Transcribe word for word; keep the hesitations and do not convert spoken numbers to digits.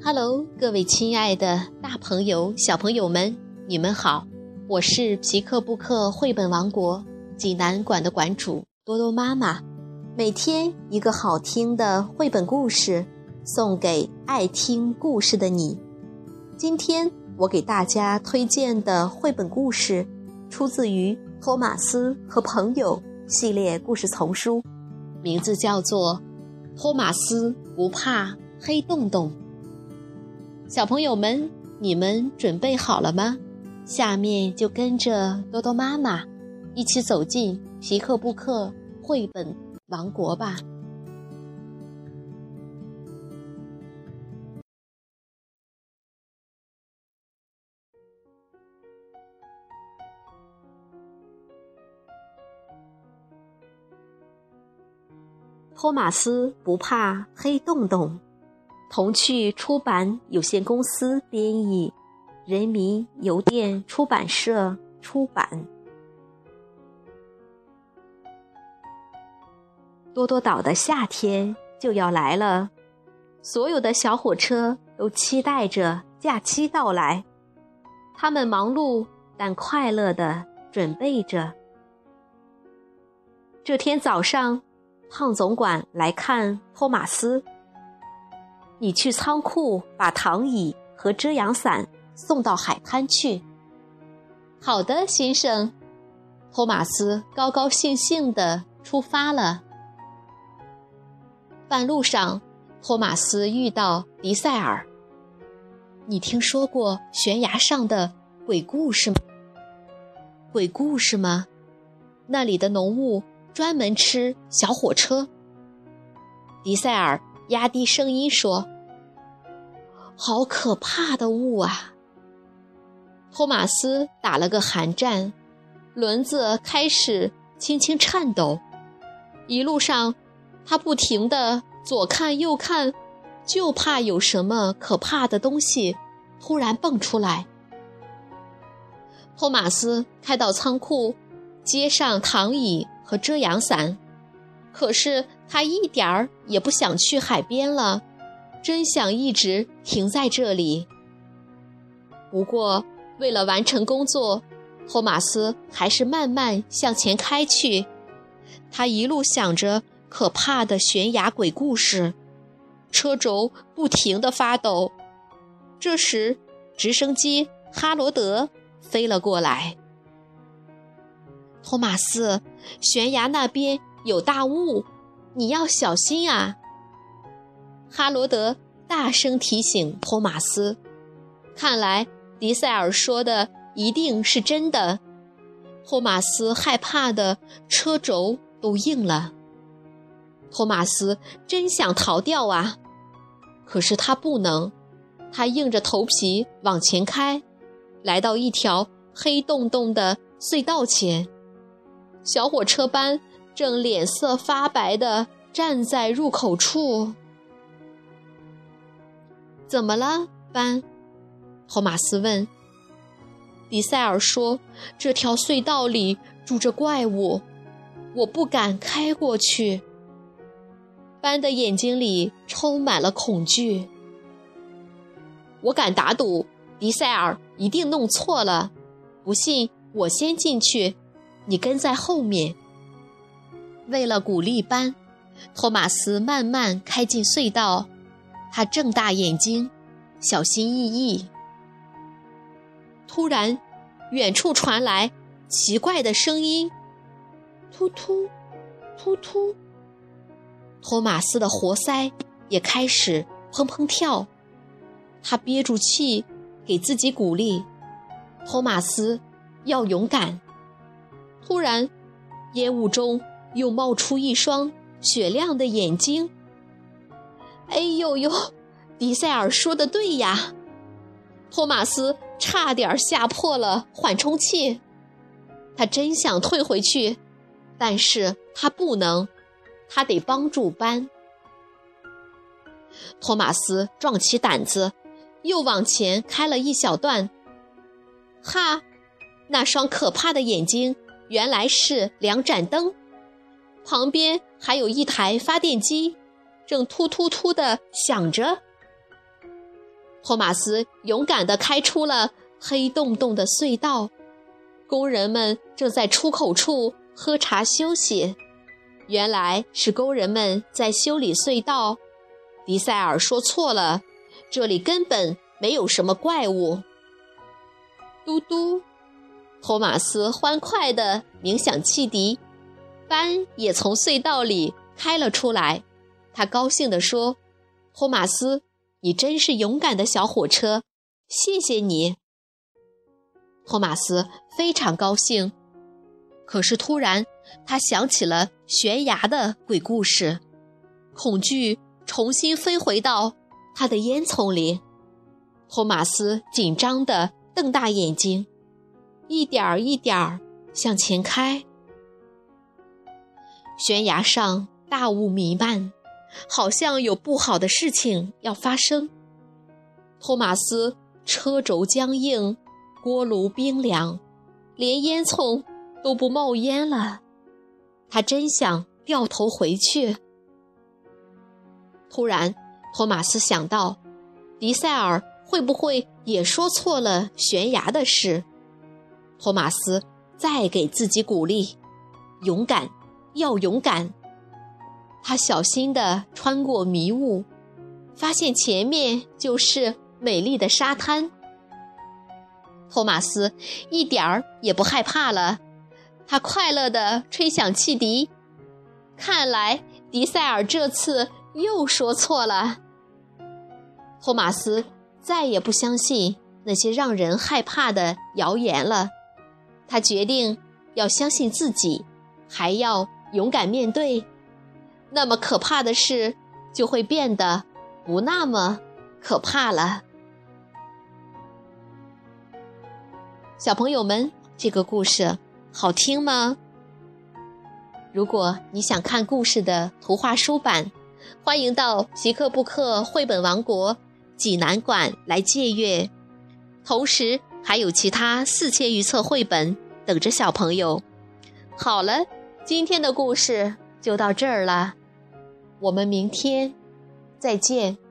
Hello， 各位亲爱的大朋友、小朋友们，你们好！我是皮克布克绘本王国济南馆的馆主多多妈妈。每天一个好听的绘本故事，送给爱听故事的你。今天我给大家推荐的绘本故事，出自于托马斯和朋友系列故事丛书，名字叫做《托马斯不怕黑洞洞》。小朋友们，你们准备好了吗？下面就跟着多多妈妈一起走进皮克布克绘本王国吧。托马斯不怕黑洞洞，童趣出版有限公司编译，人民邮电出版社出版。多多岛的夏天就要来了，所有的小火车都期待着假期到来，他们忙碌但快乐地准备着。这天早上，胖总管来看托马斯，你去仓库把躺椅和遮阳伞送到海滩去。好的，先生。托马斯高高兴兴地出发了。半路上，托马斯遇到迪塞尔。你听说过悬崖上的鬼故事吗？鬼故事吗？那里的浓雾专门吃小火车。迪塞尔压低声音说，好可怕的雾啊！托马斯打了个寒战，轮子开始轻轻颤抖。一路上，他不停地左看右看，就怕有什么可怕的东西突然蹦出来。托马斯开到仓库，接上躺椅和遮阳伞，可是他一点儿也不想去海边了，真想一直停在这里。不过为了完成工作，托马斯还是慢慢向前开去。他一路想着可怕的悬崖鬼故事，车轴不停地发抖。这时直升机哈罗德飞了过来。托马斯，悬崖那边有大雾，你要小心啊！哈罗德大声提醒托马斯。看来迪塞尔说的一定是真的。托马斯害怕的车轴都硬了。托马斯真想逃掉啊，可是他不能。他硬着头皮往前开，来到一条黑洞洞的隧道前。小火车班正脸色发白地站在入口处。怎么了，班？托马斯问。迪塞尔说，这条隧道里住着怪物，我不敢开过去。班的眼睛里充满了恐惧。我敢打赌，迪塞尔一定弄错了，不信我先进去，你跟在后面。为了鼓励班，托马斯慢慢开进隧道，他睁大眼睛，小心翼翼。突然，远处传来奇怪的声音，突突突突。托马斯的活塞也开始砰砰跳，他憋住气，给自己鼓励。托马斯，要勇敢。突然，烟雾中又冒出一双雪亮的眼睛。哎呦呦，迪塞尔说的对呀！托马斯差点吓破了缓冲器。他真想退回去，但是他不能，他得帮助班。托马斯壮起胆子，又往前开了一小段。哈，那双可怕的眼睛原来是两盏灯，旁边还有一台发电机，正突突突地响着。 托马斯勇敢地开出了黑洞洞的隧道，工人们正在出口处喝茶休息。原来是工人们在修理隧道。迪塞尔说错了，这里根本没有什么怪物。嘟嘟，托马斯欢快地鸣响汽笛，班也从隧道里开了出来。他高兴地说：托马斯，你真是勇敢的小火车，谢谢你。托马斯非常高兴，可是突然他想起了悬崖的鬼故事，恐惧重新飞回到他的烟囱里。托马斯紧张地瞪大眼睛，一点儿一点儿向前开。悬崖上大雾弥漫，好像有不好的事情要发生。托马斯车轴僵硬，锅炉冰凉，连烟囱都不冒烟了。他真想掉头回去。突然，托马斯想到，迪塞尔会不会也说错了悬崖的事？托马斯再给自己鼓励，勇敢，要勇敢。他小心地穿过迷雾，发现前面就是美丽的沙滩。托马斯一点儿也不害怕了，他快乐地吹响汽笛。看来迪塞尔这次又说错了。托马斯再也不相信那些让人害怕的谣言了，他决定要相信自己，还要勇敢面对，那么可怕的事就会变得不那么可怕了。小朋友们，这个故事好听吗？如果你想看故事的图画书版，欢迎到皮克布克绘本王国济南馆来借阅，同时还有其他四千余册绘本等着小朋友。好了，今天的故事就到这儿了，我们明天再见。